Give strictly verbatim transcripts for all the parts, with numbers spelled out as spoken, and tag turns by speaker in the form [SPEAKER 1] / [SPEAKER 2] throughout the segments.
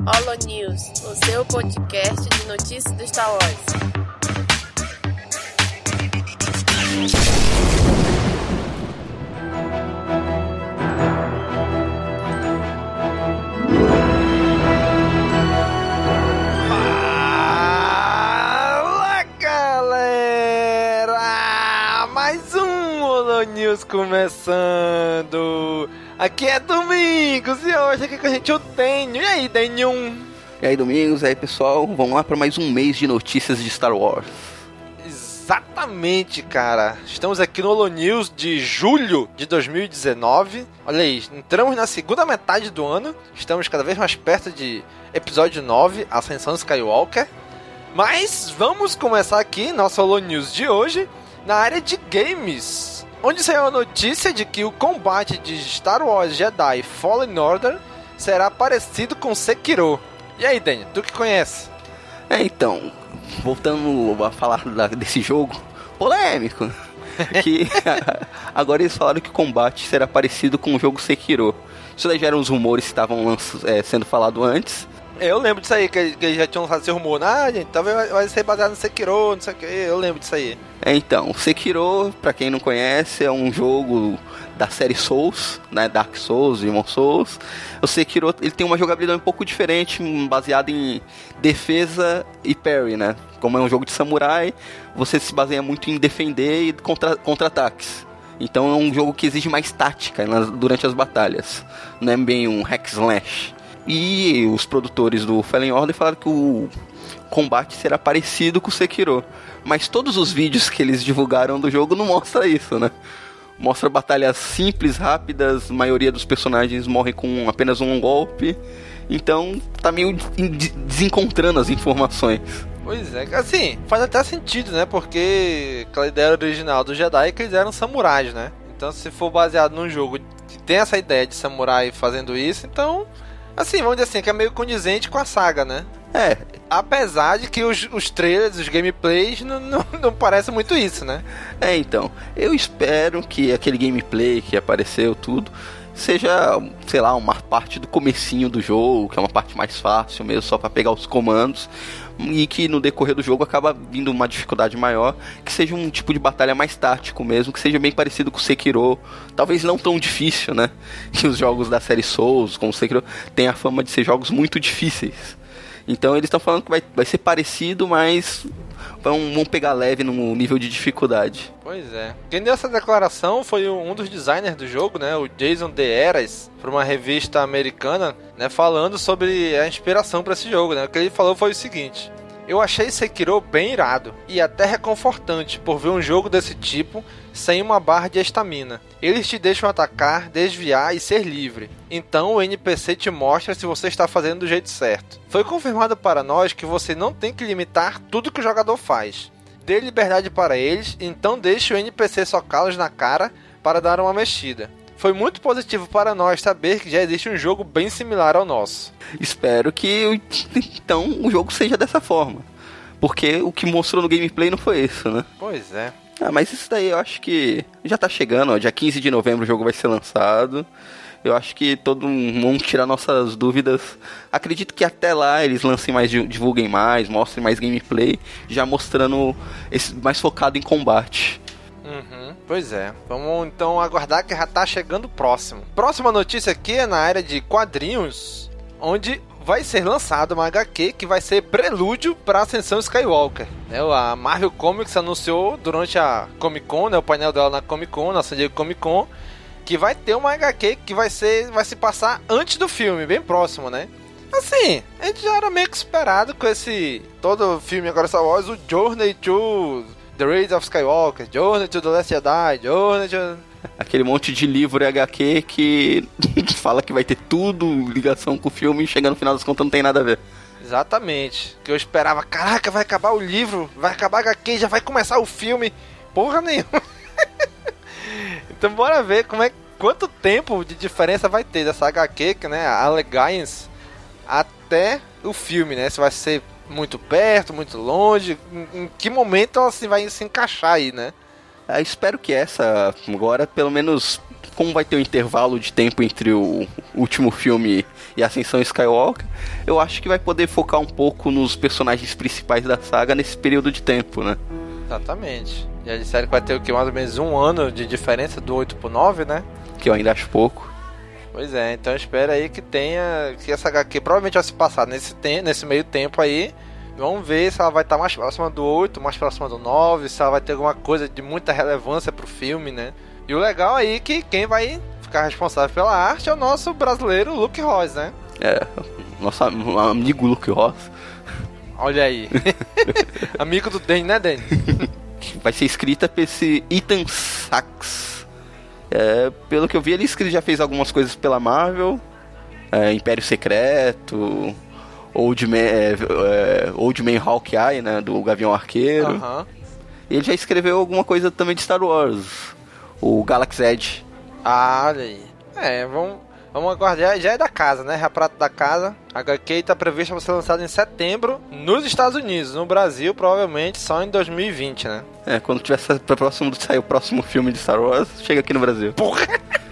[SPEAKER 1] Holo News, o seu podcast de notícias do Star Wars.
[SPEAKER 2] Fala, galera! Mais um Holo News começando! Aqui é Domingos e hoje aqui com a gente o Daniel. E aí, Daniel?
[SPEAKER 3] E aí, Domingos, e aí, pessoal, vamos lá para mais um mês de notícias de Star Wars.
[SPEAKER 2] Exatamente, cara. Estamos aqui no Holo News de julho de dois mil e dezenove. Olha aí, entramos na segunda metade do ano. Estamos cada vez mais perto de episódio nove, Ascensão Skywalker. Mas vamos começar aqui nosso Holo News de hoje na área de games, onde saiu a notícia de que o combate de Star Wars Jedi Fallen Order será parecido com Sekiro. E aí, Daniel, tu que conhece?
[SPEAKER 3] É, então, voltando a falar da, desse jogo polêmico, que agora eles falaram que o combate será parecido com o jogo Sekiro. Isso daí já eram os rumores que estavam é, sendo falado antes.
[SPEAKER 2] Eu lembro disso aí, que, que eles já tinham lançado esse rumor. Ah, gente, talvez vai, vai ser baseado no Sekiro, não sei o que. Eu lembro disso aí.
[SPEAKER 3] É, então, Sekiro, pra quem não conhece, é um jogo da série Souls, né, Dark Souls, Demon Souls. O Sekiro, ele tem uma jogabilidade um pouco diferente, baseada em defesa e parry, né? Como é um jogo de samurai, você se baseia muito em defender e contra, contra-ataques. Então é um jogo que exige mais tática nas, durante as batalhas. Não é bem um hack slash. E os produtores do Fallen Order falaram que o combate será parecido com o Sekiro. Mas todos os vídeos que eles divulgaram do jogo não mostra isso, né? Mostra batalhas simples, rápidas, a maioria dos personagens morre com apenas um golpe. Então tá meio desencontrando as informações.
[SPEAKER 2] Pois é, assim, faz até sentido, né? Porque aquela ideia original do Jedi é que eles eram samurais, né? Então se for baseado num jogo que tem essa ideia de samurai fazendo isso, então... assim, vamos dizer assim, que é meio condizente com a saga, né?
[SPEAKER 3] É.
[SPEAKER 2] Apesar de que os, os trailers, os gameplays, não, não, não parecem muito isso, né?
[SPEAKER 3] É, então, eu espero que aquele gameplay que apareceu, tudo, seja, sei lá, uma parte do comecinho do jogo, que é uma parte mais fácil mesmo, só pra pegar os comandos, e que no decorrer do jogo acaba vindo uma dificuldade maior, que seja um tipo de batalha mais tático mesmo, que seja bem parecido com o Sekiro, talvez não tão difícil, né? Que os jogos da série Souls, como o Sekiro, tem a fama de ser jogos muito difíceis. Então eles estão falando que vai, vai ser parecido, mas vão, vão pegar leve no nível de dificuldade.
[SPEAKER 2] Pois é. Quem deu essa declaração foi um dos designers do jogo, né? O Jason Deeras, para uma revista americana, né? Falando sobre a inspiração para esse jogo, né? O que ele falou foi o seguinte: eu achei Sekiro bem irado e até reconfortante por ver um jogo desse tipo sem uma barra de estamina. Eles te deixam atacar, desviar e ser livre. Então o N P C te mostra se você está fazendo do jeito certo. Foi confirmado para nós que você não tem que limitar tudo que o jogador faz. Dê liberdade para eles, então deixe o N P C socá-los na cara para dar uma mexida. Foi muito positivo para nós saber que já existe um jogo bem similar ao nosso.
[SPEAKER 3] Espero que então o jogo seja dessa forma, porque o que mostrou no gameplay não foi isso, né?
[SPEAKER 2] Pois é.
[SPEAKER 3] Ah, mas isso daí eu acho que já tá chegando, ó, dia quinze de novembro o jogo vai ser lançado. Eu acho que todo mundo vão tirar nossas dúvidas. Acredito que até lá eles lancem mais, divulguem mais, mostrem mais gameplay, já mostrando esse mais focado em combate.
[SPEAKER 2] Uhum, pois é. Vamos então aguardar que já tá chegando próximo. Próxima notícia aqui é na área de quadrinhos, onde vai ser lançado uma H Q que vai ser prelúdio para a Ascensão Skywalker. É, a Marvel Comics anunciou durante a Comic Con, né, o painel dela na Comic Con, na San Diego Comic Con, que vai ter uma H Q que vai, ser, vai se passar antes do filme, bem próximo, né? Assim, a gente já era meio que esperado com esse... todo filme agora Star Wars, o Journey to The Rise of Skywalker, Journey to the Last Jedi, Journey to...
[SPEAKER 3] aquele monte de livro e H Q que fala que vai ter tudo ligação com o filme e chega no final das contas não tem nada a ver.
[SPEAKER 2] Exatamente. Que eu esperava, caraca, vai acabar o livro, vai acabar a H Q, já vai começar o filme. Porra nenhuma. Então bora ver como é, quanto tempo de diferença vai ter dessa H Q, né, a Allegiance, até o filme, né? Se vai ser muito perto, muito longe, em, em que momento ela se vai se encaixar aí, né?
[SPEAKER 3] Ah, espero que essa agora pelo menos como vai ter um intervalo de tempo entre o último filme e a Ascensão Skywalker, eu acho que vai poder focar um pouco nos personagens principais da saga nesse período de tempo, né?
[SPEAKER 2] Exatamente. Já disseram que vai ter o que? Mais ou menos um ano de diferença do oito pro nove, né?
[SPEAKER 3] Que eu ainda acho pouco.
[SPEAKER 2] Pois é, então espera aí que tenha, que essa H Q provavelmente vai se passar nesse, tem, nesse meio tempo aí. Vamos ver se ela vai estar mais próxima do oito, mais próxima do nove, se ela vai ter alguma coisa de muita relevância pro filme, né? E o legal aí é que quem vai ficar responsável pela arte é o nosso brasileiro Luke Ross, né?
[SPEAKER 3] É, nosso amigo Luke Ross.
[SPEAKER 2] Olha aí. Amigo do Danny, né, Danny?
[SPEAKER 3] Vai ser escrita por esse Ethan Sachs. É, pelo que eu vi, ele já fez algumas coisas pela Marvel. É, Império Secreto... Old Man, é, é, Old Man Hawkeye, né, do Gavião Arqueiro.
[SPEAKER 2] Uhum.
[SPEAKER 3] E ele já escreveu alguma coisa também de Star Wars, o Galaxy Edge.
[SPEAKER 2] Ah, olha aí. É, vamos, vamos aguardar. Já é da casa, né? É prato da casa. A H Q está prevista para ser lançada em setembro nos Estados Unidos. No Brasil, provavelmente só em dois mil e vinte, né?
[SPEAKER 3] É, quando tiver próximo, sair o próximo filme de Star Wars, chega aqui no Brasil.
[SPEAKER 2] Porra!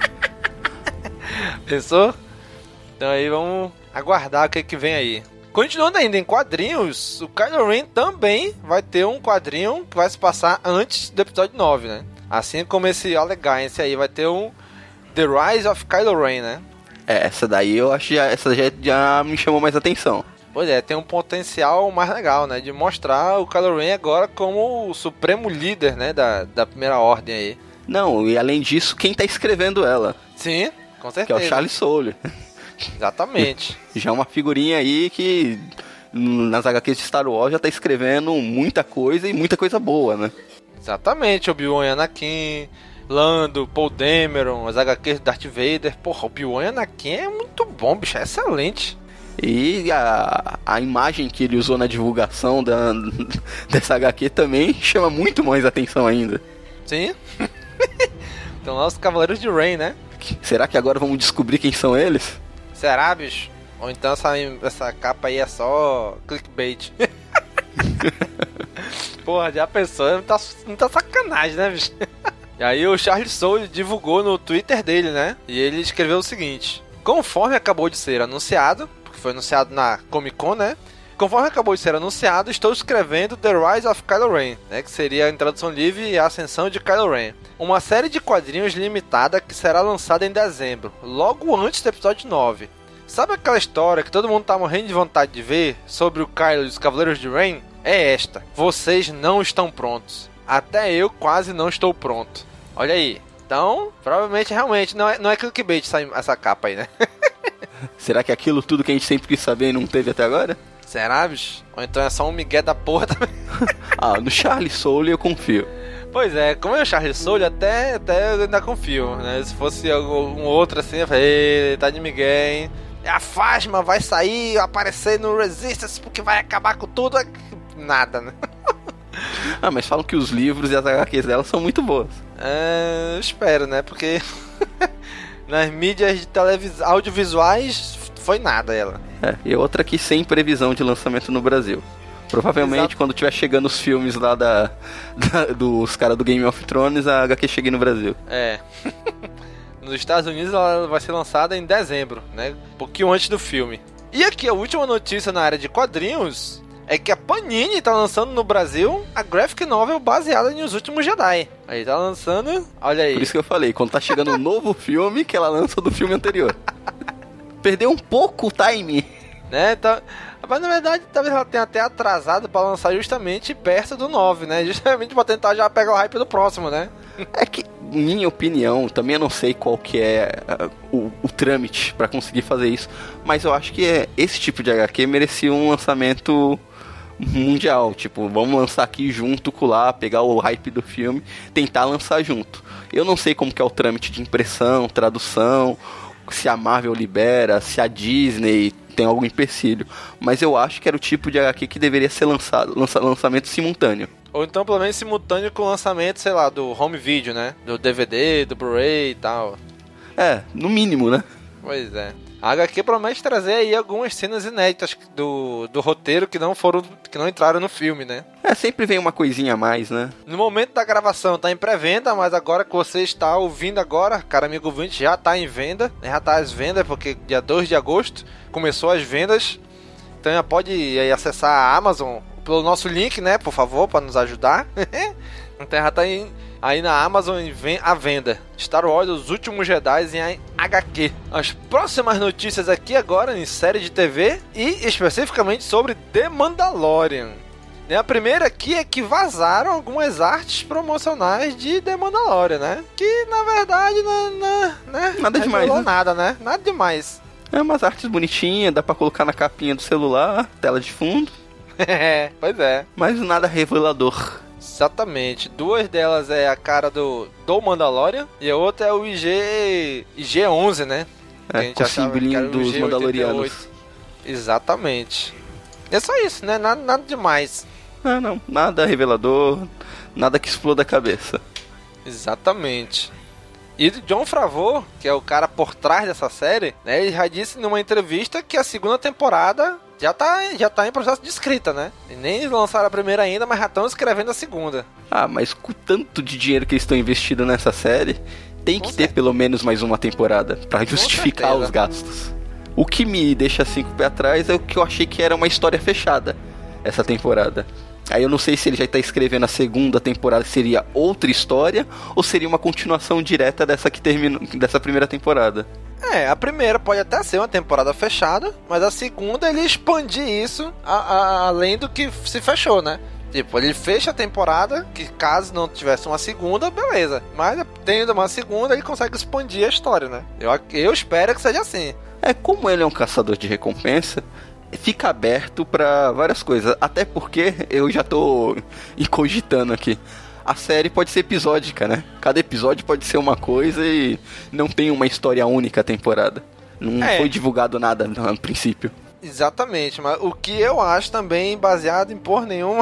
[SPEAKER 2] Pensou? Então aí vamos aguardar o que, que vem aí. Continuando ainda em quadrinhos, o Kylo Ren também vai ter um quadrinho que vai se passar antes do episódio nove, né? Assim como esse Allegiance aí vai ter um The Rise of Kylo Ren, né?
[SPEAKER 3] É, essa daí eu acho que já, essa já, já me chamou mais atenção.
[SPEAKER 2] Pois é, tem um potencial mais legal, né? De mostrar o Kylo Ren agora como o supremo líder, né? Da, da primeira ordem aí.
[SPEAKER 3] Não, e além disso, quem tá escrevendo ela?
[SPEAKER 2] Sim, com certeza.
[SPEAKER 3] Que é o Charles Soule.
[SPEAKER 2] Exatamente.
[SPEAKER 3] Já é uma figurinha aí que nas H Qs de Star Wars já tá escrevendo muita coisa e muita coisa boa, né?
[SPEAKER 2] Exatamente, Obi-Wan e Anakin, Lando, Paul Dameron, as H Qs de Darth Vader. Porra, Obi-Wan e Anakin é muito bom, bicho, é excelente.
[SPEAKER 3] E a, a imagem que ele usou na divulgação da, dessa H Q também chama muito mais atenção ainda.
[SPEAKER 2] Sim. Então lá os Cavaleiros de Rey, né?
[SPEAKER 3] Será que agora vamos descobrir quem são eles?
[SPEAKER 2] Será, bicho? Ou então essa, essa capa aí é só clickbait. Porra, já pensou? Não tá, não tá sacanagem, né, bicho? E aí o Charles Soule divulgou no Twitter dele, né? E ele escreveu o seguinte: conforme acabou de ser anunciado, porque foi anunciado na Comic Con, né? Conforme acabou de ser anunciado, estou escrevendo The Rise of Kylo Ren, né? Que seria a introdução livre e a ascensão de Kylo Ren. Uma série de quadrinhos limitada que será lançada em dezembro, logo antes do episódio nove. Sabe aquela história que todo mundo tá morrendo de vontade de ver sobre o Kylo e os Cavaleiros de Ren? É esta. Vocês não estão prontos. Até eu quase não estou pronto. Olha aí. Então, provavelmente, realmente, não é, não é clickbait essa, essa capa aí, né?
[SPEAKER 3] Será que é aquilo tudo que a gente sempre quis saber e não teve até agora?
[SPEAKER 2] Será, bicho? Ou então é só um migué da porra também?
[SPEAKER 3] Ah, no Charles Soule eu confio.
[SPEAKER 2] Pois é, como é o Charles Soule, até, até eu ainda confio, né? Se fosse algum outro assim, eu falei, tá de migué, hein? A Phasma vai sair, aparecer no Resistance porque vai acabar com tudo. Nada, né?
[SPEAKER 3] Ah, mas falam que os livros e as H Qs dela são muito boas.
[SPEAKER 2] É, eu espero, né? Porque nas mídias de televis... audiovisuais foi nada ela.
[SPEAKER 3] É, e outra aqui sem previsão de lançamento no Brasil. Provavelmente Exato. Quando tiver chegando os filmes lá da, da dos caras do Game of Thrones, a H Q chegue no Brasil.
[SPEAKER 2] É. Nos Estados Unidos ela vai ser lançada em dezembro, né? Um pouquinho antes do filme. E aqui a última notícia na área de quadrinhos é que a Panini tá lançando no Brasil a graphic novel baseada nos Últimos Jedi. Aí tá lançando, olha aí.
[SPEAKER 3] Por isso que eu falei, quando tá chegando um novo filme que ela lança do filme anterior. Perdeu um pouco o time.
[SPEAKER 2] Né, tá... Mas na verdade talvez ela tenha até atrasado pra lançar justamente perto do nove, né? Justamente pra tentar já pegar o hype do próximo, né?
[SPEAKER 3] É que, minha opinião, também eu não sei qual que é uh, o, o trâmite pra conseguir fazer isso, mas eu acho que é, esse tipo de H Q merecia um lançamento mundial, tipo, vamos lançar aqui junto com lá, pegar o hype do filme, tentar lançar junto. Eu não sei como que é o trâmite de impressão, tradução, se a Marvel libera, se a Disney tem algum empecilho, mas eu acho que era o tipo de H Q que deveria ser lançado, lança, lançamento simultâneo.
[SPEAKER 2] Ou então pelo menos simultâneo com o lançamento, sei lá, do home video, né? Do D V D, do Blu-ray e tal.
[SPEAKER 3] É, no mínimo, né?
[SPEAKER 2] Pois é. A H Q promete trazer aí algumas cenas inéditas do, do roteiro que não foram, que não entraram no filme, né?
[SPEAKER 3] É, sempre vem uma coisinha a mais, né?
[SPEAKER 2] No momento da gravação tá em pré-venda, mas agora que você está ouvindo agora, cara amigo ouvinte, já tá em venda, já tá às vendas, porque dia dois de agosto começou as vendas. Então já pode aí acessar a Amazon pelo nosso link, né, por favor, para nos ajudar. Então já tá em... aí na Amazon vem a venda Star Wars Os Últimos Jedi em H Q. As próximas notícias aqui agora em série de T V e especificamente sobre The Mandalorian. E a primeira aqui é que vazaram algumas artes promocionais de The Mandalorian, né? Que na verdade não, não, né?
[SPEAKER 3] Nada demais, né?
[SPEAKER 2] Nada, né? Nada demais.
[SPEAKER 3] É umas artes bonitinhas, dá pra colocar na capinha do celular, tela de fundo.
[SPEAKER 2] É, pois é.
[SPEAKER 3] Mas nada revelador.
[SPEAKER 2] Exatamente. Duas delas é a cara do, do Mandalorian e a outra é o I G I G onze, né?
[SPEAKER 3] É, com o símbolinho dos Mandalorianos.
[SPEAKER 2] Exatamente. É só isso, né? Nada, nada demais.
[SPEAKER 3] Ah, não. Nada revelador, nada que exploda a cabeça.
[SPEAKER 2] Exatamente. E o Jon Favreau, que é o cara por trás dessa série, né? Ele já disse numa entrevista que a segunda temporada já tá, já tá em processo de escrita, né? E nem lançaram a primeira ainda, mas já estão escrevendo a segunda.
[SPEAKER 3] Ah, mas com o tanto de dinheiro que eles estão investindo nessa série, tem
[SPEAKER 2] Com
[SPEAKER 3] que
[SPEAKER 2] certeza.
[SPEAKER 3] ter pelo menos mais uma temporada pra justificar os gastos. O que me deixa assim com o pé atrás é o que eu achei que era uma história fechada, essa temporada. Aí eu não sei se ele já tá escrevendo a segunda temporada, seria outra história, ou seria uma continuação direta dessa que terminou, dessa primeira temporada.
[SPEAKER 2] É, a primeira pode até ser uma temporada fechada, mas a segunda ele expandir isso a, a, além do que se fechou, né? Tipo, ele fecha a temporada, que caso não tivesse uma segunda, beleza. Mas tendo uma segunda, ele consegue expandir a história, né? Eu, eu espero que seja assim.
[SPEAKER 3] É, como ele é um caçador de recompensa, fica aberto pra várias coisas. Até porque eu já tô cogitando aqui. A série pode ser episódica, né? Cada episódio pode ser uma coisa e não tem uma história única a temporada. Não
[SPEAKER 2] É.
[SPEAKER 3] foi divulgado nada no princípio.
[SPEAKER 2] Exatamente, mas o que eu acho também, baseado em porra nenhuma,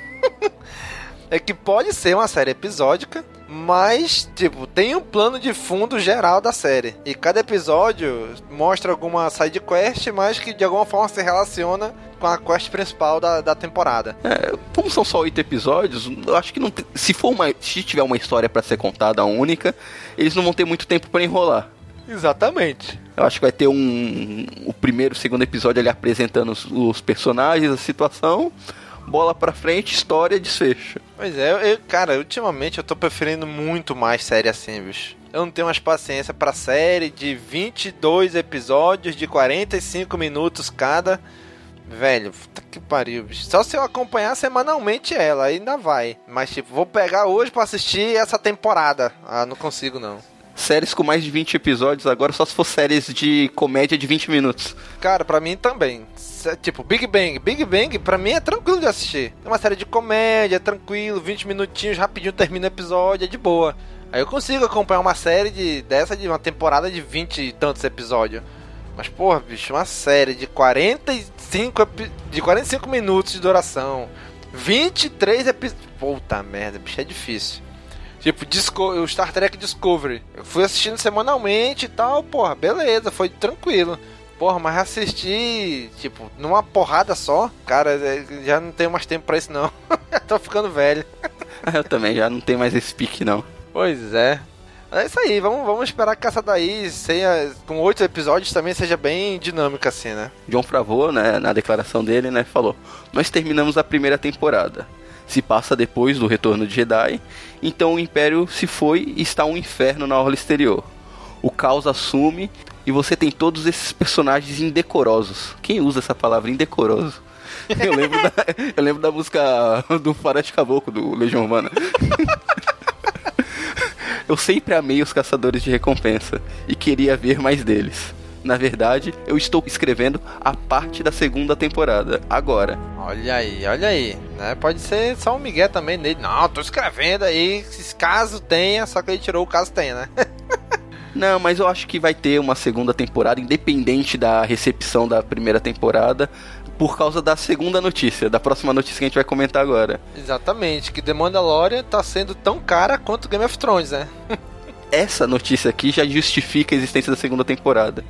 [SPEAKER 2] é que pode ser uma série episódica, mas, tipo, tem um plano de fundo geral da série. E cada episódio mostra alguma side quest, mas que de alguma forma se relaciona com a quest principal da, da temporada.
[SPEAKER 3] É, como são só oito episódios, eu acho que não te- se for uma, se tiver uma história pra ser contada única, eles não vão ter muito tempo pra enrolar.
[SPEAKER 2] Exatamente.
[SPEAKER 3] Eu acho que vai ter um o primeiro, segundo episódio ali apresentando os, os personagens, a situação, bola pra frente, história, desfecho.
[SPEAKER 2] Pois é, eu, eu- cara, ultimamente eu tô preferindo muito mais série assim, bicho. Eu não tenho mais paciência pra série de vinte e dois episódios de quarenta e cinco minutos cada. Velho, puta que pariu, bicho. Só se eu acompanhar semanalmente ela, ainda vai. Mas, tipo, vou pegar hoje pra assistir essa temporada. Ah, não consigo, não.
[SPEAKER 3] Séries com mais de vinte episódios agora só se for séries de comédia de vinte minutos.
[SPEAKER 2] Cara, pra mim também. S- Tipo, Big Bang. Big Bang, pra mim, é tranquilo de assistir. É uma série de comédia, é tranquilo, vinte minutinhos, rapidinho termina o episódio, é de boa. Aí eu consigo acompanhar uma série de, dessa de uma temporada de vinte e tantos episódios. Mas, porra, bicho, uma série de quarenta e cinco, epi- de quarenta e cinco minutos de duração. vinte e três episódios. Puta merda, bicho, é difícil. Tipo, Disco- o Star Trek Discovery. Eu fui assistindo semanalmente e tal, porra, beleza, foi tranquilo. Porra, mas assistir, tipo, numa porrada só, cara, é, já não tenho mais tempo pra isso não. Já tô ficando velho.
[SPEAKER 3] Eu também já não tenho mais esse pique, não.
[SPEAKER 2] Pois é. É isso aí, vamos, vamos esperar que essa daí, seja, com oito episódios, também seja bem dinâmica assim, né?
[SPEAKER 3] Jon Favreau, né, na declaração dele, né, falou: nós terminamos a primeira temporada. Se passa depois do retorno de Jedi, então o Império se foi e está um inferno na orla exterior. O caos assume e você tem todos esses personagens indecorosos. Quem usa essa palavra, indecoroso? Eu lembro da, eu lembro da música do Faroeste Caboclo, do Legião Urbana. Eu sempre amei os caçadores de recompensa e queria ver mais deles. Na verdade, eu estou escrevendo a parte da segunda temporada, agora.
[SPEAKER 2] Olha aí, olha aí, né? Pode ser só um migué também nele. Não, tô escrevendo aí, se caso tenha, só que ele tirou o caso tenha, né?
[SPEAKER 3] Não, mas eu acho que vai ter uma segunda temporada, independente da recepção da primeira temporada, por causa da segunda notícia, da próxima notícia que a gente vai comentar agora.
[SPEAKER 2] Exatamente, que The Mandalorian tá sendo tão cara quanto Game of Thrones, né?
[SPEAKER 3] Essa notícia aqui já justifica a existência da segunda temporada.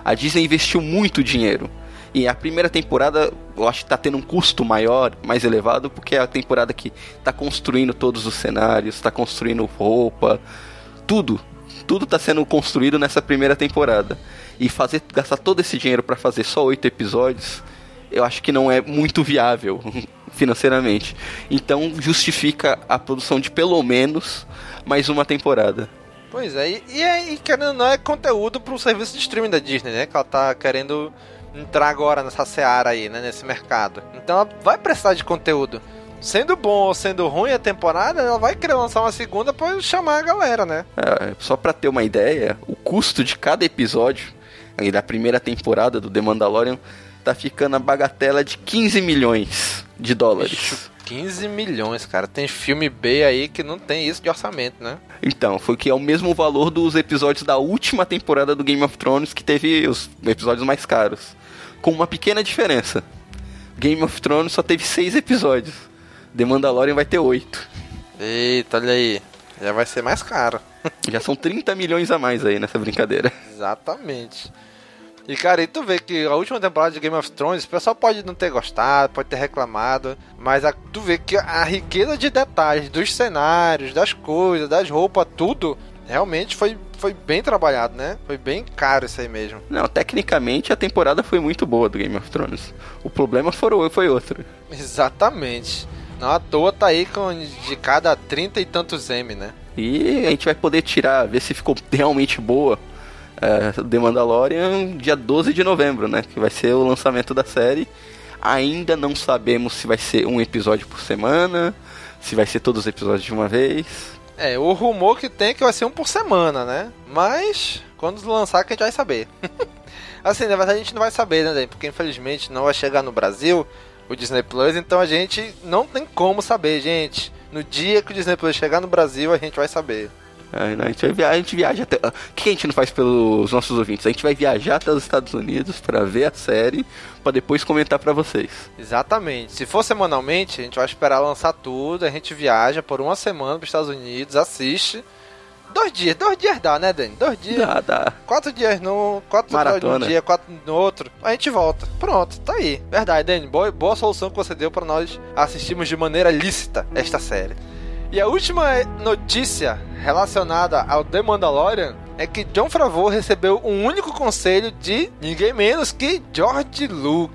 [SPEAKER 3] A Disney investiu muito dinheiro. E a primeira temporada, eu acho que tá tendo um custo maior, mais elevado, porque é a temporada que tá construindo todos os cenários, tá construindo roupa, tudo. Tudo tá sendo construído nessa primeira temporada. E fazer, gastar todo esse dinheiro pra fazer só oito episódios, eu acho que não é muito viável financeiramente. Então justifica a produção de pelo menos mais uma temporada.
[SPEAKER 2] Pois é, e, e, e querendo ou não, é conteúdo pro serviço de streaming da Disney, né? Que ela tá querendo entrar agora nessa seara aí, né? Nesse mercado. Então ela vai precisar de conteúdo. Sendo bom ou sendo ruim a temporada, ela vai querer lançar uma segunda pra chamar a galera, né?
[SPEAKER 3] É, só pra ter uma ideia, o custo de cada episódio aí da primeira temporada do The Mandalorian tá ficando a bagatela de quinze milhões de dólares.
[SPEAKER 2] Bicho, quinze milhões, cara. Tem filme B aí que não tem isso de orçamento, né?
[SPEAKER 3] Então, foi que é o mesmo valor dos episódios da última temporada do Game of Thrones, que teve os episódios mais caros. Com uma pequena diferença. Game of Thrones só teve seis episódios. The Mandalorian vai ter oito.
[SPEAKER 2] Eita, olha aí. Já vai ser mais caro.
[SPEAKER 3] Já são trinta milhões a mais aí nessa brincadeira.
[SPEAKER 2] Exatamente. E, cara, e tu vê que a última temporada de Game of Thrones, o pessoal pode não ter gostado, pode ter reclamado, mas a, tu vê que a riqueza de detalhes dos cenários, das coisas, das roupas, tudo, realmente foi, foi bem trabalhado, né? Foi bem caro isso aí mesmo.
[SPEAKER 3] Não, tecnicamente a temporada foi muito boa do Game of Thrones. O problema foi, foi outro.
[SPEAKER 2] Exatamente. Não à toa tá aí com de cada trinta e tantos M, né?
[SPEAKER 3] E a gente vai poder tirar, ver se ficou realmente boa. É, The Mandalorian, dia doze de novembro, né? Que vai ser o lançamento da série. Ainda não sabemos se vai ser um episódio por semana, se vai ser todos os episódios de uma vez.
[SPEAKER 2] É, o rumor que tem é que vai ser um por semana, né? Mas, quando lançar que a gente vai saber. Assim, na verdade a gente não vai saber, né, Dan? Porque infelizmente não vai chegar no Brasil o Disney Plus, então a gente não tem como saber, gente. No dia que o Disney Plus chegar no Brasil, a gente vai saber.
[SPEAKER 3] É, não, a, gente vai via- a gente viaja até... O que a gente não faz pelos nossos ouvintes? A gente vai viajar até os Estados Unidos pra ver a série, pra depois comentar pra vocês.
[SPEAKER 2] Exatamente. Se for semanalmente, a gente vai esperar lançar tudo, a gente viaja por uma semana pros Estados Unidos, assiste. Dois dias, dois dias dá, né, Dani? Dois dias.
[SPEAKER 3] Dá, dá.
[SPEAKER 2] Quatro dias num, quatro
[SPEAKER 3] Maratona.
[SPEAKER 2] num dia, quatro no outro. A gente volta. Pronto, tá aí. Verdade, Dani. Boa, boa solução que você deu pra nós assistirmos de maneira lícita esta série. E a última notícia relacionada ao The Mandalorian é que Jon Favreau recebeu um único conselho de ninguém menos que George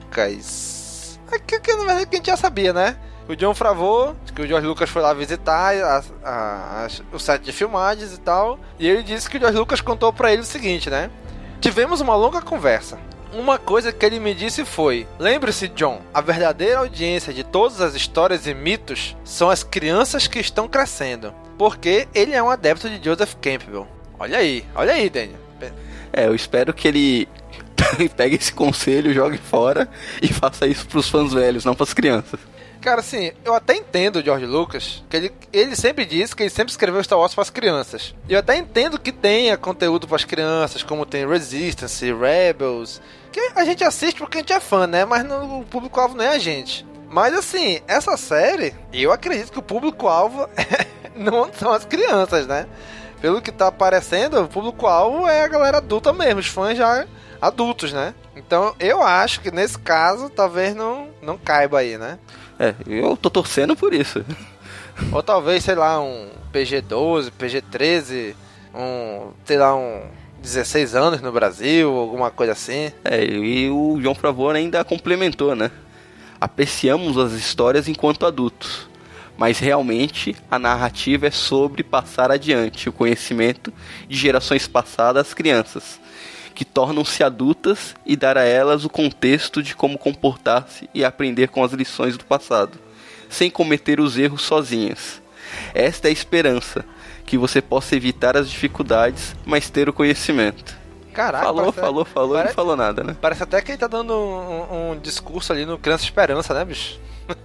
[SPEAKER 2] Lucas. Aquilo que na verdade que a gente já sabia, né? O Jon Favreau, que o George Lucas foi lá visitar a, a, a, o set de filmagens e tal, e ele disse que o George Lucas contou pra ele o seguinte, né? Tivemos uma longa conversa. Uma coisa que ele me disse foi: lembre-se, John, a verdadeira audiência de todas as histórias e mitos são as crianças que estão crescendo, porque ele é um adepto de Joseph Campbell. Olha aí, olha aí, Daniel.
[SPEAKER 3] É, eu espero que ele pegue esse conselho, jogue fora e faça isso pros fãs velhos, não pras crianças.
[SPEAKER 2] Cara, assim, eu até entendo o George Lucas, que ele, ele sempre disse que ele sempre escreveu Star Wars para as crianças. E eu até entendo que tenha conteúdo para as crianças, como tem Resistance, Rebels, que a gente assiste porque a gente é fã, né? Mas no, o público-alvo não é a gente. Mas, assim, essa série, eu acredito que o público-alvo não são as crianças, né? Pelo que tá aparecendo, o público-alvo é a galera adulta mesmo, os fãs já adultos, né? Então, eu acho que nesse caso, talvez não, não caiba aí, né?
[SPEAKER 3] É, eu tô torcendo por isso.
[SPEAKER 2] Ou talvez, sei lá, um P G doze, P G treze, um, sei lá, um dezesseis anos no Brasil, alguma coisa assim.
[SPEAKER 3] É, e o Jon Favreau ainda complementou, né? Apreciamos as histórias enquanto adultos, mas realmente a narrativa é sobre passar adiante o conhecimento de gerações passadas às crianças, que tornam-se adultas, e dar a elas o contexto de como comportar-se e aprender com as lições do passado, sem cometer os erros sozinhas. Esta é a esperança, que você possa evitar as dificuldades, mas ter o conhecimento.
[SPEAKER 2] Caraca,
[SPEAKER 3] falou,
[SPEAKER 2] parece,
[SPEAKER 3] falou, falou
[SPEAKER 2] parece,
[SPEAKER 3] e não falou nada, né?
[SPEAKER 2] Parece até que ele tá dando um, um discurso ali no Criança Esperança, né, bicho?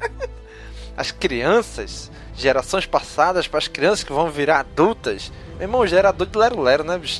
[SPEAKER 2] As crianças, gerações passadas para as crianças que vão virar adultas. Meu irmão, já era adulto de lero-lero, né, bicho?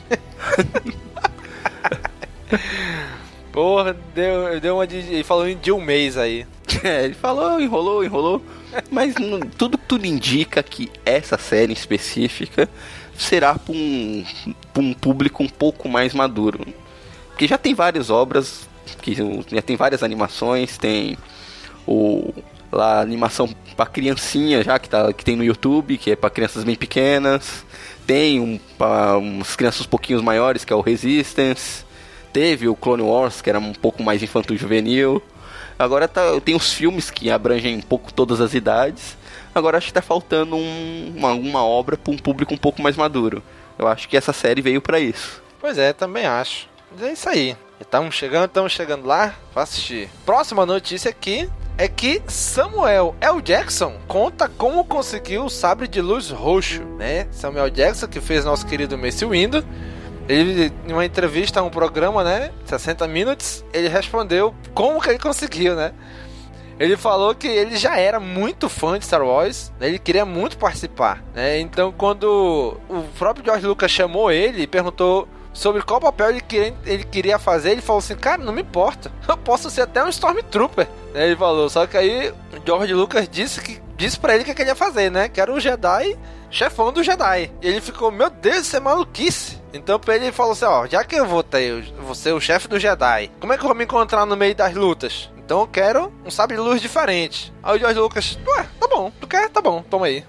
[SPEAKER 2] Porra, deu, deu uma de... Ele falou em de um mês aí.
[SPEAKER 3] É, ele falou, enrolou, enrolou. Mas não, tudo, tudo indica que essa série específica será para um, pra um público um pouco mais maduro. Porque já tem várias obras, que já tem várias animações, tem o lá a animação pra criancinha já, que, tá, que tem no YouTube, que é pra crianças bem pequenas. Tem um pra umas crianças um pouquinho maiores, que é o Resistance. Teve o Clone Wars, que era um pouco mais infanto-juvenil. Agora tá, tem os filmes que abrangem um pouco todas as idades. Agora acho que tá faltando um, uma, uma obra para um público um pouco mais maduro. Eu acho que essa série veio para isso.
[SPEAKER 2] Pois é, também acho. Mas é isso aí. Estamos chegando, estamos chegando lá para assistir. Próxima notícia aqui é que Samuel L. Jackson conta como conseguiu o sabre de luz roxo, né? Samuel Jackson, que fez nosso querido Mace Windu. Ele, em uma entrevista a um programa, né, sessenta Minutes, ele respondeu como que ele conseguiu, né? Ele falou que ele já era muito fã de Star Wars, né? Ele queria muito participar, né? Então, quando o próprio George Lucas chamou ele e perguntou sobre qual papel ele queria, ele queria fazer, ele falou assim, cara, não me importa, eu posso ser até um Stormtrooper, né? Ele falou, só que aí o George Lucas disse, que, disse pra ele o que ele ia fazer, né? Que era o Jedi, chefão do Jedi. E ele ficou, meu Deus, isso é maluquice. Então pra ele, ele falou assim, ó, já que eu vou ter, eu vou ser o chefe do Jedi, como é que eu vou me encontrar no meio das lutas? Então eu quero um sabre de luz diferente. Aí o George Lucas, ué, tá bom, tu quer? Tá bom, toma aí.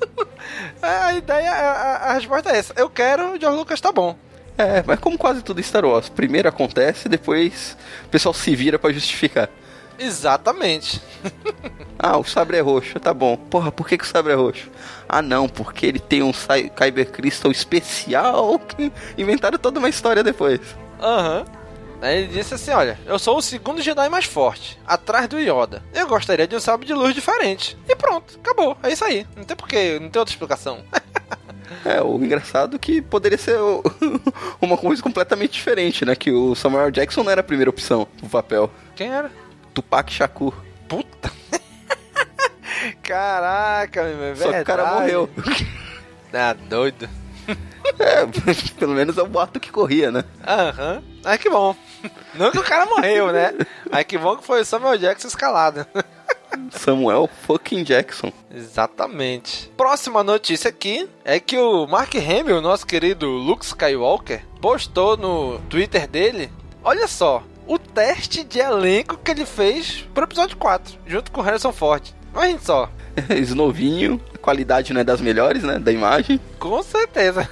[SPEAKER 2] A ideia, a, a resposta é essa, eu quero, o George Lucas, tá bom.
[SPEAKER 3] É, mas como quase tudo em Star Wars, primeiro acontece, depois o pessoal se vira pra justificar.
[SPEAKER 2] Exatamente.
[SPEAKER 3] Ah, o sabre é roxo, tá bom. Porra, por que, que o sabre é roxo? Ah não, porque ele tem um Kyber Crystal especial que inventaram toda uma história depois.
[SPEAKER 2] Aham. Uhum. Aí ele disse assim, olha, eu sou o segundo Jedi mais forte, atrás do Yoda. Eu gostaria de um sabre de luz diferente. E pronto, acabou, é isso aí. Não tem porquê, não tem outra explicação.
[SPEAKER 3] É, o engraçado é que poderia ser uma coisa completamente diferente, né? Que o Samuel Jackson não era a primeira opção pro papel.
[SPEAKER 2] Quem era?
[SPEAKER 3] Tupac Shakur.
[SPEAKER 2] Puta. Caraca, meu, é verdade.
[SPEAKER 3] Só que o cara morreu.
[SPEAKER 2] Ah, doido.
[SPEAKER 3] É, pelo menos é o boato que corria, né?
[SPEAKER 2] Aham. Uhum. Ah, que bom. Não que o cara morreu, né? Mas que bom que foi o Samuel Jackson escalado.
[SPEAKER 3] Samuel fucking Jackson.
[SPEAKER 2] Exatamente. Próxima notícia aqui é que o Mark Hamill, nosso querido Luke Skywalker, postou no Twitter dele, olha só, o teste de elenco que ele fez pro episódio quatro, junto com o Harrison Ford. Imagina só.
[SPEAKER 3] Esse novinho, a qualidade não é das melhores, né, da imagem.
[SPEAKER 2] Com certeza.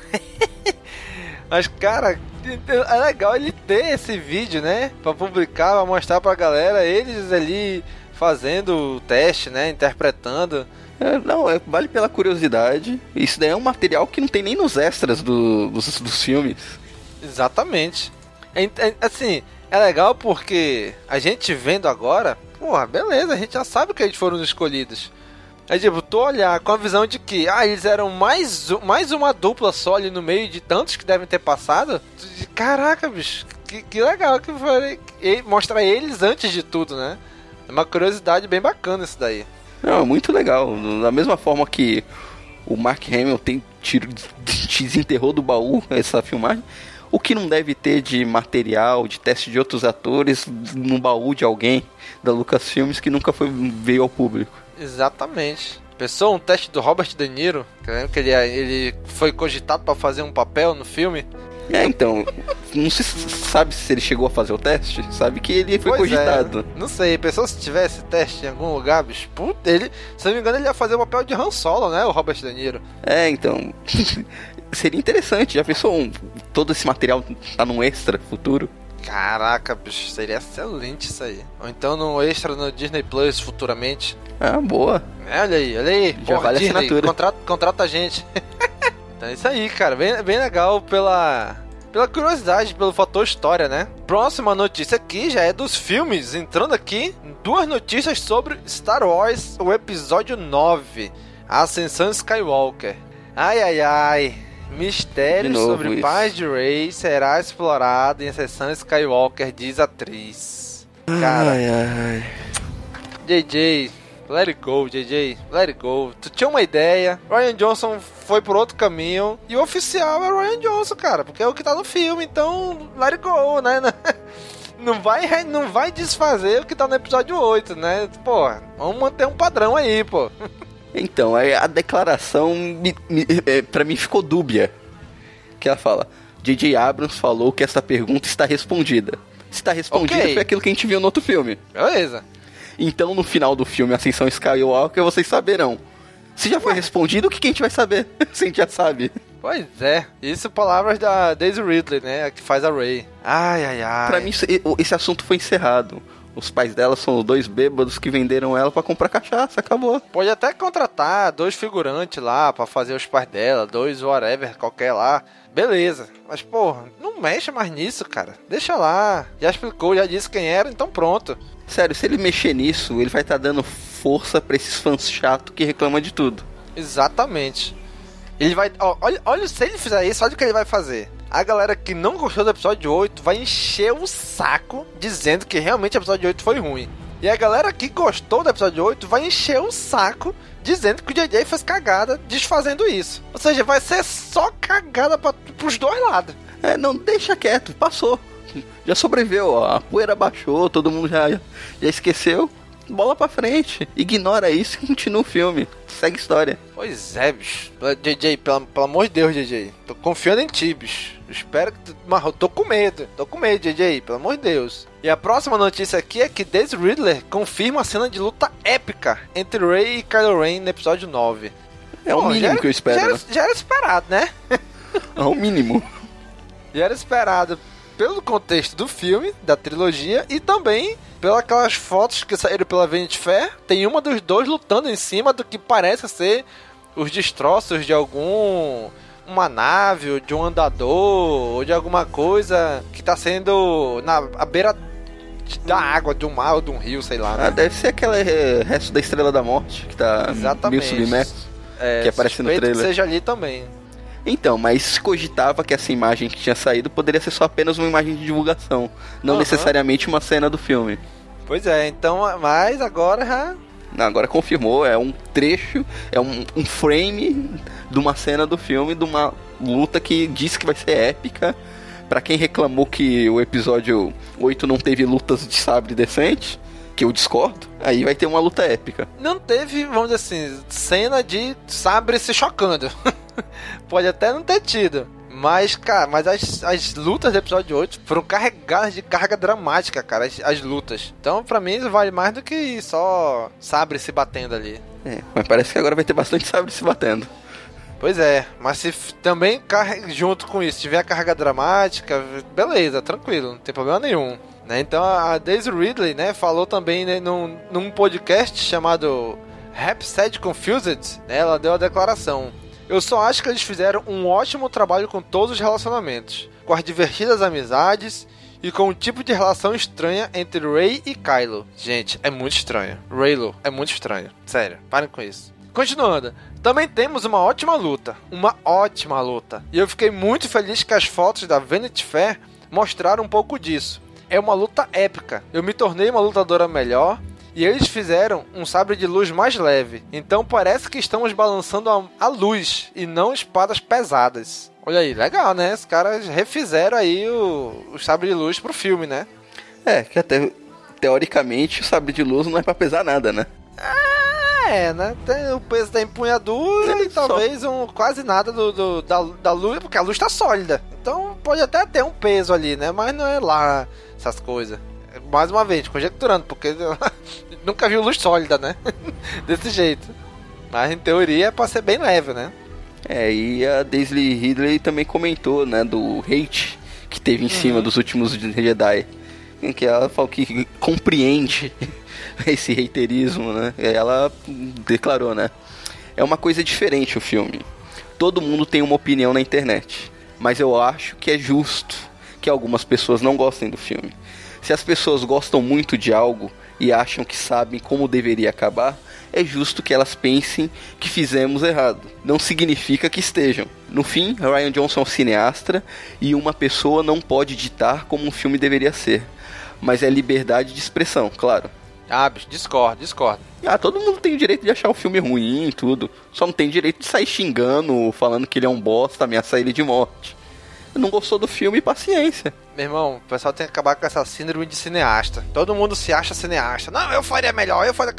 [SPEAKER 2] Mas, cara, é legal ele ter esse vídeo, né, pra publicar, pra mostrar pra galera, eles ali fazendo o teste, né, interpretando.
[SPEAKER 3] É, não, é, vale pela curiosidade. Isso daí é um material que não tem nem nos extras do, dos, dos filmes.
[SPEAKER 2] Exatamente. É, é, assim, é legal porque a gente vendo agora, porra, beleza, a gente já sabe que eles foram escolhidos. Aí, tipo, tu olhar com a visão de que, ah, eles eram mais, mais uma dupla só ali no meio de tantos que devem ter passado. Tu diz, caraca, bicho, que, que legal que foi mostrar eles antes de tudo, né? É uma curiosidade bem bacana isso daí.
[SPEAKER 3] Não, muito legal. Da mesma forma que o Mark Hamill tem tiro, desenterrou do baú essa filmagem, o que não deve ter de material, de teste de outros atores no baú de alguém da Lucasfilmes que nunca foi, veio ao público.
[SPEAKER 2] Exatamente. Pensou um teste do Robert De Niro, que ele, ele foi cogitado para fazer um papel no filme.
[SPEAKER 3] É, então, não se sabe se ele chegou a fazer o teste, sabe que ele foi pois cogitado.
[SPEAKER 2] É, não sei, pensou se tivesse teste em algum lugar, bicho, puta, ele, se não me engano ele ia fazer o papel de Han Solo, né, o Robert De Niro.
[SPEAKER 3] É, então, seria interessante, já pensou, um, todo esse material tá num extra futuro?
[SPEAKER 2] Caraca, bicho, seria excelente isso aí. Ou então num extra no Disney Plus futuramente.
[SPEAKER 3] Ah, boa.
[SPEAKER 2] É, olha aí, olha aí,
[SPEAKER 3] já
[SPEAKER 2] porra,
[SPEAKER 3] vale
[SPEAKER 2] Disney,
[SPEAKER 3] assinatura.
[SPEAKER 2] Contrata, contrata a gente. Então é isso aí, cara, bem, bem legal pela, pela curiosidade, pelo fator história, né? Próxima notícia aqui já é dos filmes, entrando aqui, duas notícias sobre Star Wars, o episódio nove, a Ascensão Skywalker. Ai, ai, ai, mistério sobre
[SPEAKER 3] isso.
[SPEAKER 2] pais de Rey será explorado em Ascensão Skywalker, diz a atriz. Cara,
[SPEAKER 3] ai, ai.
[SPEAKER 2] J J... Let it go, J J, let it go. Tu tinha uma ideia, Rian Johnson foi por outro caminho, e o oficial é o Rian Johnson, cara, porque é o que tá no filme, então let it go, né? Não vai, não vai desfazer o que tá no episódio oito, né? Pô, vamos manter um padrão aí, pô.
[SPEAKER 3] Então, a declaração me, me, é, pra mim ficou dúbia. Que ela fala, J J Abrams falou que essa pergunta está respondida. Se está respondida, okay. Foi aquilo que a gente viu no outro filme.
[SPEAKER 2] Beleza.
[SPEAKER 3] Então, no final do filme Ascensão Skywalker, vocês saberão. Se já foi Ué. respondido, o que, que a gente vai saber? Se a gente já sabe.
[SPEAKER 2] Pois é. Isso palavras da Daisy Ridley, né? A que faz a Rey. Ai, ai, ai.
[SPEAKER 3] Pra mim, esse assunto foi encerrado. Os pais dela são os dois bêbados que venderam ela pra comprar cachaça, acabou.
[SPEAKER 2] Pode até contratar dois figurantes lá pra fazer os pais dela, dois whatever, qualquer lá. Beleza. Mas, porra, não mexa mais nisso, cara. Deixa lá. Já explicou, já disse quem era, então pronto.
[SPEAKER 3] Sério, se ele mexer nisso, ele vai estar tá dando força pra esses fãs chatos que reclamam de tudo.
[SPEAKER 2] Exatamente. Ele vai... Ó, olha, olha, se ele fizer isso, olha o que ele vai fazer. A galera que não gostou do episódio oito vai encher o saco dizendo que realmente o episódio oito foi ruim. E a galera que gostou do episódio oito vai encher o saco dizendo que o J J fez cagada desfazendo isso. Ou seja, vai ser só cagada pra, pros dois lados.
[SPEAKER 3] É, não, deixa quieto, passou. Já sobreviveu, ó, a poeira baixou, todo mundo já, já esqueceu. Bola pra frente, ignora isso e continua o filme. Segue a história.
[SPEAKER 2] Pois é, bicho. J J, pelo, pelo amor de Deus, J J. Tô confiando em ti, bicho. Espero que... Tu... Mas eu tô com medo. Tô com medo, J J. Pelo amor de Deus. E a próxima notícia aqui é que Daisy Ridley confirma a cena de luta épica entre Rey e Kylo Ren no episódio nove.
[SPEAKER 3] É o mínimo era, que eu espero,
[SPEAKER 2] já era,
[SPEAKER 3] né?
[SPEAKER 2] já era esperado, né?
[SPEAKER 3] É o mínimo.
[SPEAKER 2] Já era esperado pelo contexto do filme, da trilogia, e também pelas aquelas fotos que saíram pela Vanity Fair. Tem uma dos dois lutando em cima do que parece ser os destroços de algum... uma nave, ou de um andador, ou de alguma coisa que tá sendo na à beira da água, de um mar ou de um rio, sei lá. Né?
[SPEAKER 3] Ah, deve ser aquele é, resto da Estrela da Morte, que tá
[SPEAKER 2] Exatamente.
[SPEAKER 3] meio submerso, é, que aparece no trailer.
[SPEAKER 2] Que seja ali também.
[SPEAKER 3] Então, mas cogitava que essa imagem que tinha saído poderia ser só apenas uma imagem de divulgação, não uhum. necessariamente uma cena do filme.
[SPEAKER 2] Pois é, então, mas agora já...
[SPEAKER 3] Não, agora confirmou, é um trecho, é um, um frame de uma cena do filme, de uma luta que diz que vai ser épica. Pra quem reclamou que o episódio oito não teve lutas de sabre decente, que eu discordo, aí vai ter uma luta épica.
[SPEAKER 2] Não teve, vamos dizer assim, cena de sabre se chocando. Pode até não ter tido. Mas, cara, mas as, as lutas do episódio oito foram carregadas de carga dramática, cara, as, as lutas. Então, pra mim, isso vale mais do que só sabre se batendo ali.
[SPEAKER 3] É, mas parece que agora vai ter bastante sabre se batendo.
[SPEAKER 2] Pois é, mas se f- também junto com isso tiver a carga dramática, beleza, tranquilo, não tem problema nenhum. Né? Então, a Daisy Ridley, né, falou também, né, num, num podcast chamado Rhapsody Confused, né, ela deu a declaração: eu só acho que eles fizeram um ótimo trabalho com todos os relacionamentos, com as divertidas amizades e com um tipo de relação estranha entre Rey e Kylo. Gente, é muito estranho. Reylo é muito estranho. Sério, parem com isso. Continuando, também temos uma ótima luta. Uma ótima luta. E eu fiquei muito feliz que as fotos da Vanity Fair mostraram um pouco disso. É uma luta épica. Eu me tornei uma lutadora melhor. E eles fizeram um sabre de luz mais leve. Então parece que estamos balançando a, a luz e não espadas pesadas. Olha aí, legal, né? Os caras refizeram aí o, o sabre de luz pro filme, né?
[SPEAKER 3] É, que até teoricamente o sabre de luz não é pra pesar nada, né?
[SPEAKER 2] É, né? Tem o peso da empunhadura Ele e só... talvez um, quase nada do, do, da, da luz, porque a luz tá sólida. Então pode até ter um peso ali, né? Mas não é lá essas coisas. Mais uma vez, conjecturando, porque nunca vi luz sólida, né? Desse jeito. Mas em teoria é pra ser bem leve, né?
[SPEAKER 3] É, e a Daisy Ridley também comentou, né, do hate que teve em uhum. cima dos últimos Jedi. Em que ela falou que compreende esse haterismo, né? Ela declarou, né? É uma coisa diferente o filme. Todo mundo tem uma opinião na internet. Mas eu acho que é justo que algumas pessoas não gostem do filme. Se as pessoas gostam muito de algo e acham que sabem como deveria acabar, é justo que elas pensem que fizemos errado. Não significa que estejam. No fim, Rian Johnson é um cineasta e uma pessoa não pode ditar como um filme deveria ser. Mas é liberdade de expressão, claro.
[SPEAKER 2] Ah, bicho, discordo, discordo.
[SPEAKER 3] Ah, todo mundo tem o direito de achar o filme ruim e tudo. Só não tem direito de sair xingando, falando que ele é um bosta, ameaçar ele de morte. Não gostou do filme, paciência.
[SPEAKER 2] Meu irmão, o pessoal tem que acabar com essa síndrome de cineasta. Todo mundo se acha cineasta. Não, eu faria melhor, eu faria...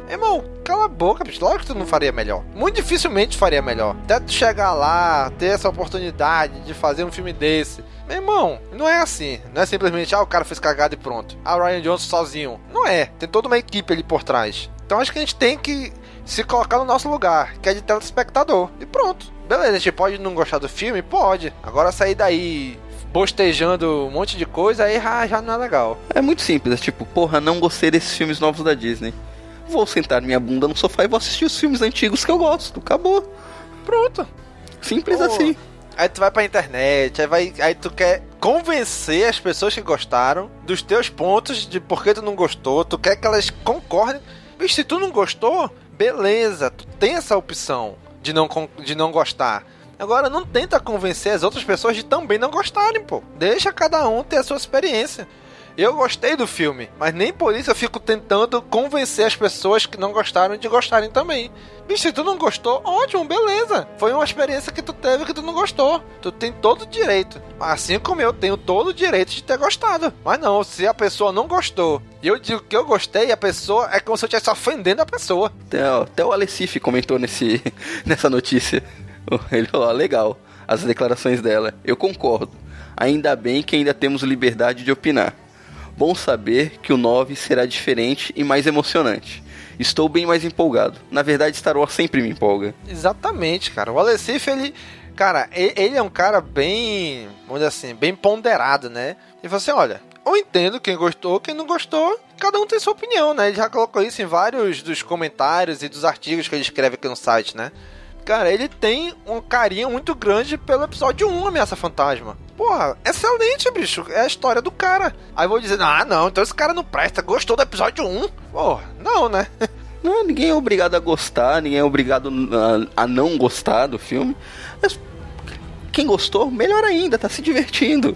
[SPEAKER 2] Irmão, cala a boca, bicho. Lógico que tu não faria melhor. Muito dificilmente faria melhor. Até tu chegar lá, ter essa oportunidade de fazer um filme desse. Meu irmão, não é assim. Não é simplesmente, ah, o cara fez cagada e pronto. Ah, o Rian Johnson sozinho. Não é. Tem toda uma equipe ali por trás. Então acho que a gente tem que se colocar no nosso lugar, que é de telespectador. E pronto. Beleza, a gente pode não gostar do filme? Pode. Agora sair daí bostejando um monte de coisa, aí já, já não é legal.
[SPEAKER 3] É muito simples, é tipo, porra, não gostei desses filmes novos da Disney. Vou sentar minha bunda no sofá e vou assistir os filmes antigos que eu gosto. Acabou.
[SPEAKER 2] Pronto.
[SPEAKER 3] Simples
[SPEAKER 2] Pô.
[SPEAKER 3] assim.
[SPEAKER 2] Aí tu vai pra internet, aí, vai, aí tu quer convencer as pessoas que gostaram dos teus pontos de por que tu não gostou, tu quer que elas concordem. Bicho, se tu não gostou, beleza, tu tem essa opção de não, de não gostar. Agora não tenta convencer as outras pessoas de também não gostarem, pô. Deixa cada um ter a sua experiência. Eu gostei do filme, mas nem por isso eu fico tentando convencer as pessoas que não gostaram de gostarem também. Bicho, se tu não gostou, ótimo, beleza. Foi uma experiência que tu teve que tu não gostou. Tu tem todo o direito. Assim como eu tenho todo o direito de ter gostado. Mas não, se a pessoa não gostou e eu digo que eu gostei, a pessoa é como se eu estivesse ofendendo a pessoa.
[SPEAKER 3] Até, até o Alessif comentou nesse, nessa notícia. Ele falou, ó, legal, as declarações dela. Eu concordo. Ainda bem que ainda temos liberdade de opinar. Bom saber que o nove será diferente e mais emocionante. Estou bem mais empolgado. Na verdade, Star Wars sempre me empolga.
[SPEAKER 2] Exatamente, cara. O Alessif, ele... Cara, ele é um cara bem... Vamos dizer assim, bem ponderado, né? Ele falou assim, olha, eu entendo quem gostou, quem não gostou. Cada um tem sua opinião, né? Ele já colocou isso em vários dos comentários e dos artigos que ele escreve aqui no site, né? Cara, ele tem um carinho muito grande pelo episódio um, Ameaça Fantasma. Porra, excelente, bicho. É a história do cara. Aí eu vou dizer, ah, não, então esse cara não presta. Gostou do episódio um? Porra, não, né?
[SPEAKER 3] Não, ninguém é obrigado a gostar, ninguém é obrigado a, a não gostar do filme. Mas quem gostou, melhor ainda, tá se divertindo.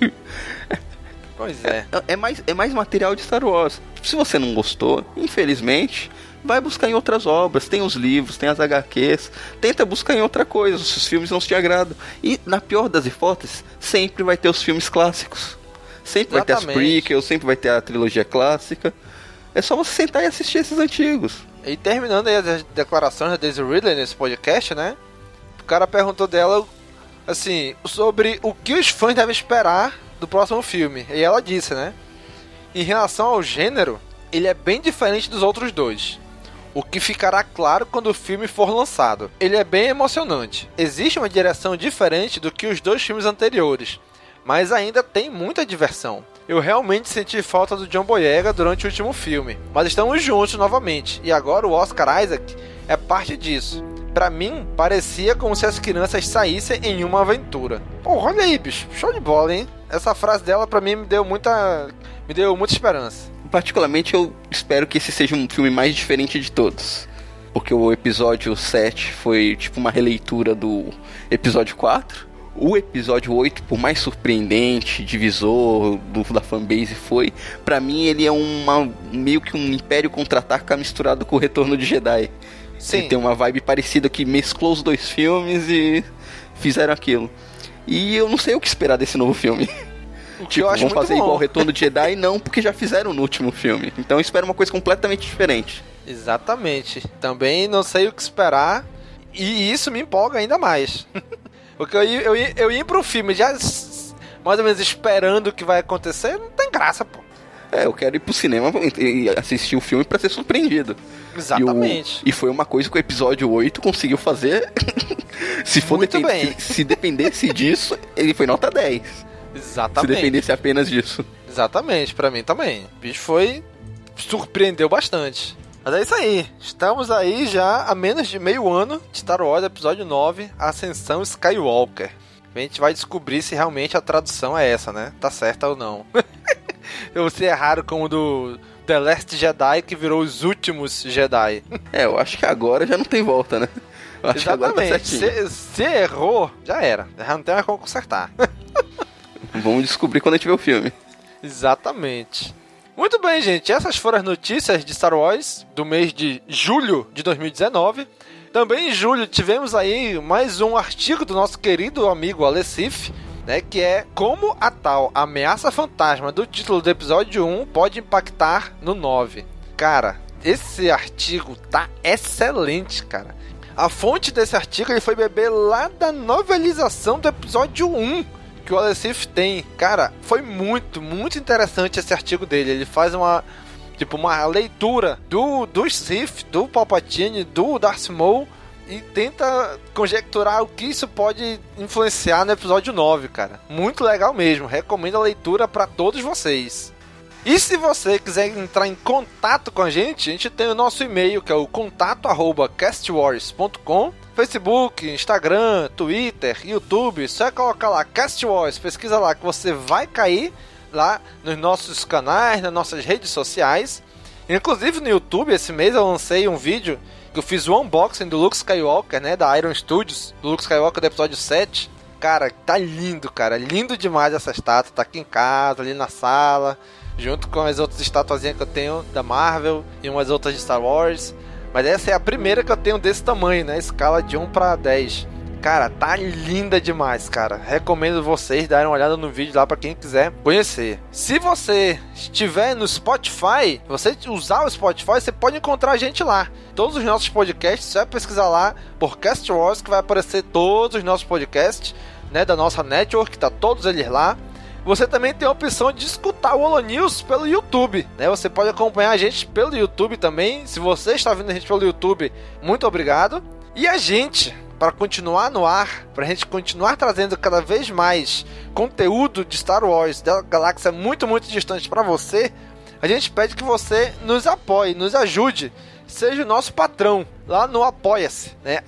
[SPEAKER 2] Pois é.
[SPEAKER 3] É, é, mais, é mais material de Star Wars. Se você não gostou, infelizmente... vai buscar em outras obras, tem os livros, tem as agá quês, tenta buscar em outra coisa, se os filmes não te agradam. E, na pior das hipóteses, sempre vai ter os filmes clássicos. Sempre Exatamente. Vai ter as prequels, sempre vai ter a trilogia clássica. É só você sentar e assistir esses antigos.
[SPEAKER 2] E terminando aí as declarações da Daisy Ridley nesse podcast, né? O cara perguntou dela, assim, sobre o que os fãs devem esperar do próximo filme. E ela disse, né? Em relação ao gênero, ele é bem diferente dos outros dois. O que ficará claro quando o filme for lançado. Ele é bem emocionante. Existe uma direção diferente do que os dois filmes anteriores, mas ainda tem muita diversão. Eu realmente senti falta do John Boyega durante o último filme, mas estamos juntos novamente, e agora o Oscar Isaac é parte disso. Pra mim, parecia como se as crianças saíssem em uma aventura. Pô, olha aí, bicho, show de bola, hein? Essa frase dela pra mim me deu muita, me deu muita esperança.
[SPEAKER 3] Particularmente eu espero que esse seja um filme mais diferente de todos, porque o episódio sete foi tipo uma releitura do episódio quatro. O episódio oito, por mais surpreendente, divisor do, da fanbase foi, pra mim ele é uma, meio que um Império Contra-Ataca misturado com o Retorno de Jedi. Sim. Ele tem uma vibe parecida que mesclou os dois filmes e fizeram aquilo. E eu não sei o que esperar desse novo filme.
[SPEAKER 2] O que
[SPEAKER 3] tipo,
[SPEAKER 2] eu acho
[SPEAKER 3] vão fazer
[SPEAKER 2] muito bom.
[SPEAKER 3] igual o Retorno de Jedi? Não, porque já fizeram no último filme. Então eu espero uma coisa completamente diferente.
[SPEAKER 2] Exatamente. Também não sei o que esperar. E isso me empolga ainda mais. Porque eu ia, eu, ia, eu ia pro filme já mais ou menos esperando o que vai acontecer. Não tem graça, pô.
[SPEAKER 3] É, eu quero ir pro cinema e assistir o filme pra ser surpreendido.
[SPEAKER 2] Exatamente.
[SPEAKER 3] E, o, e foi uma coisa que o episódio oito conseguiu fazer. se, for
[SPEAKER 2] muito
[SPEAKER 3] depend,
[SPEAKER 2] bem.
[SPEAKER 3] Se, se dependesse disso, ele foi nota dez.
[SPEAKER 2] Exatamente.
[SPEAKER 3] Se dependesse apenas disso.
[SPEAKER 2] Exatamente, pra mim também. O bicho foi... surpreendeu bastante. Mas é isso aí. Estamos aí já a menos de meio ano de Star Wars Episódio nove, Ascensão Skywalker. A gente vai descobrir se realmente a tradução é essa, né? Tá certa ou não. Eu sei errado como o do The Last Jedi, que virou Os Últimos Jedi.
[SPEAKER 3] É, eu acho que agora já não tem volta, né? Eu acho
[SPEAKER 2] Exatamente.
[SPEAKER 3] Que agora tá certinho.
[SPEAKER 2] Se, se errou, já era. Já não tem mais como consertar.
[SPEAKER 3] Vamos descobrir quando a gente ver o filme.
[SPEAKER 2] Exatamente. Muito bem, gente. Essas foram as notícias de Star Wars do mês de julho de dois mil e dezenove. Também em julho tivemos aí mais um artigo do nosso querido amigo Alessif, né, que é como a tal ameaça fantasma do título do episódio um pode impactar no nove. Cara, esse artigo tá excelente, cara. A fonte desse artigo ele foi beber lá da novelização do episódio um que o Alessif tem. Cara, foi muito, muito interessante esse artigo dele. Ele faz uma, tipo, uma leitura do, do Sith, do Palpatine, do Darth Maul e tenta conjecturar o que isso pode influenciar no episódio nove, cara. Muito legal mesmo. Recomendo a leitura para todos vocês. E se você quiser entrar em contato com a gente, a gente tem o nosso e-mail, que é o contato arroba castwars ponto com, Facebook, Instagram, Twitter, YouTube, só é colocar lá Cast Wars, pesquisa lá que você vai cair lá nos nossos canais, nas nossas redes sociais. Inclusive no YouTube, esse mês eu lancei um vídeo que eu fiz o unboxing do Luke Skywalker, né, da Iron Studios, do Luke Skywalker do episódio sete. Cara, tá lindo, cara, lindo demais essa estátua, tá aqui em casa, ali na sala, junto com as outras estatuazinhas que eu tenho da Marvel e umas outras de Star Wars. Mas essa é a primeira que eu tenho desse tamanho, né? Escala de um para dez. Cara, tá linda demais, cara. Recomendo vocês darem uma olhada no vídeo lá para quem quiser conhecer. Se você estiver no Spotify, você usar o Spotify, você pode encontrar a gente lá. Todos os nossos podcasts, só é pesquisar lá por Cast Wars que vai aparecer todos os nossos podcasts, né? Da nossa network, tá todos eles lá. Você também tem a opção de escutar o Holonews pelo YouTube, né? Você pode acompanhar a gente pelo YouTube também. Se você está vendo a gente pelo YouTube, muito obrigado. E a gente, para continuar no ar, para a gente continuar trazendo cada vez mais conteúdo de Star Wars, da galáxia muito, muito distante para você, a gente pede que você nos apoie, nos ajude, seja o nosso patrão lá no Apoia-se, né?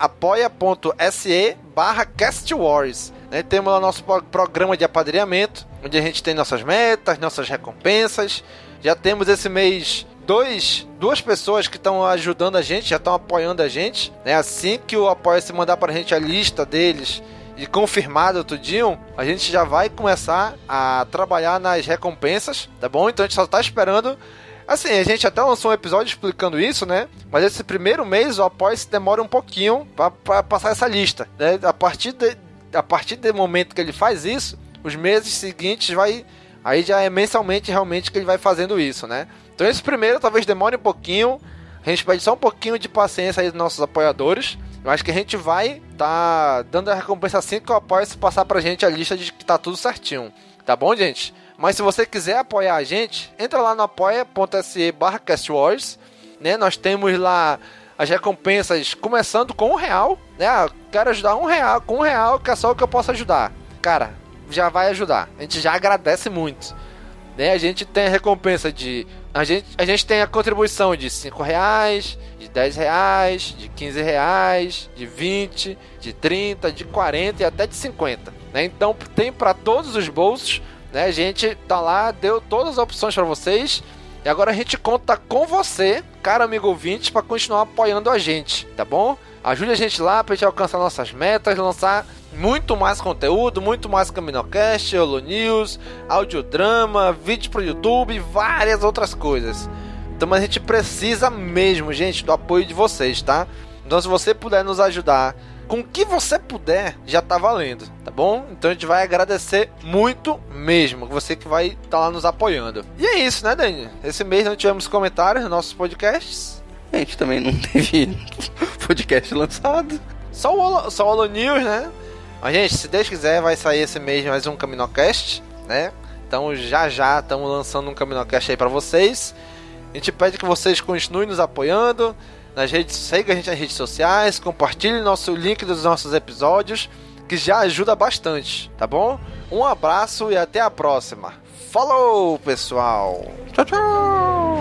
[SPEAKER 2] apoia.se barra castwars. Né? Temos lá nosso programa de apadrinhamento, onde a gente tem nossas metas, nossas recompensas. Já temos esse mês dois, duas pessoas que estão ajudando a gente, já estão apoiando a gente. Né? Assim que o Apoia-se mandar para a gente a lista deles e confirmado tudinho, a gente já vai começar a trabalhar nas recompensas, tá bom? Então a gente só está esperando. Assim, a gente até lançou um episódio explicando isso, né? Mas esse primeiro mês o Apoia-se demora um pouquinho para passar essa lista, né? A partir de A partir do momento que ele faz isso, os meses seguintes vai... Aí já é mensalmente realmente que ele vai fazendo isso, né? Então esse primeiro talvez demore um pouquinho. A gente pede só um pouquinho de paciência aí dos nossos apoiadores. Eu acho que a gente vai tá dando a recompensa assim que o Apoia-se passar pra gente a lista de que tá tudo certinho. Tá bom, gente? Mas se você quiser apoiar a gente, entra lá no apoia.se barra castwars, né? Nós temos lá as recompensas começando com um real, né? Ah, quero ajudar um real, com um real que é só o que eu posso ajudar. Cara, já vai ajudar. A gente já agradece muito. Né? A gente tem a recompensa de... A gente, a gente tem a contribuição de cinco reais, de dez reais, de quinze reais, de vinte, de trinta, de quarenta e até de cinquenta. Né? Então tem para todos os bolsos. Né? A gente tá lá, deu todas as opções para vocês. E agora a gente conta com você, cara amigo ouvinte, para continuar apoiando a gente, tá bom? Ajude a gente lá para a gente alcançar nossas metas, lançar muito mais conteúdo, muito mais Caminocast, Holonews, audiodrama, vídeo pro YouTube e várias outras coisas. Então a gente precisa mesmo, gente, do apoio de vocês, tá? Então se você puder nos ajudar com o que você puder, já tá valendo, tá bom? Então a gente vai agradecer muito mesmo, você que vai estar tá lá nos apoiando. E é isso, né, Dani? Esse mês não tivemos comentários nos nossos podcasts.
[SPEAKER 3] A gente também não teve podcast lançado.
[SPEAKER 2] Só o, só o Holonews, né? Mas, gente, se Deus quiser, vai sair esse mês mais um Caminocast, né? Então já já estamos lançando um Caminocast aí pra vocês. A gente pede que vocês continuem nos apoiando. Nas redes, siga a gente nas redes sociais, compartilhe nosso link dos nossos episódios, que já ajuda bastante, tá bom? Um abraço e até a próxima. Falou, pessoal! Tchau, tchau!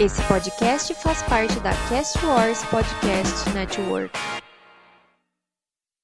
[SPEAKER 4] Esse podcast faz parte da Cast Wars Podcast Network.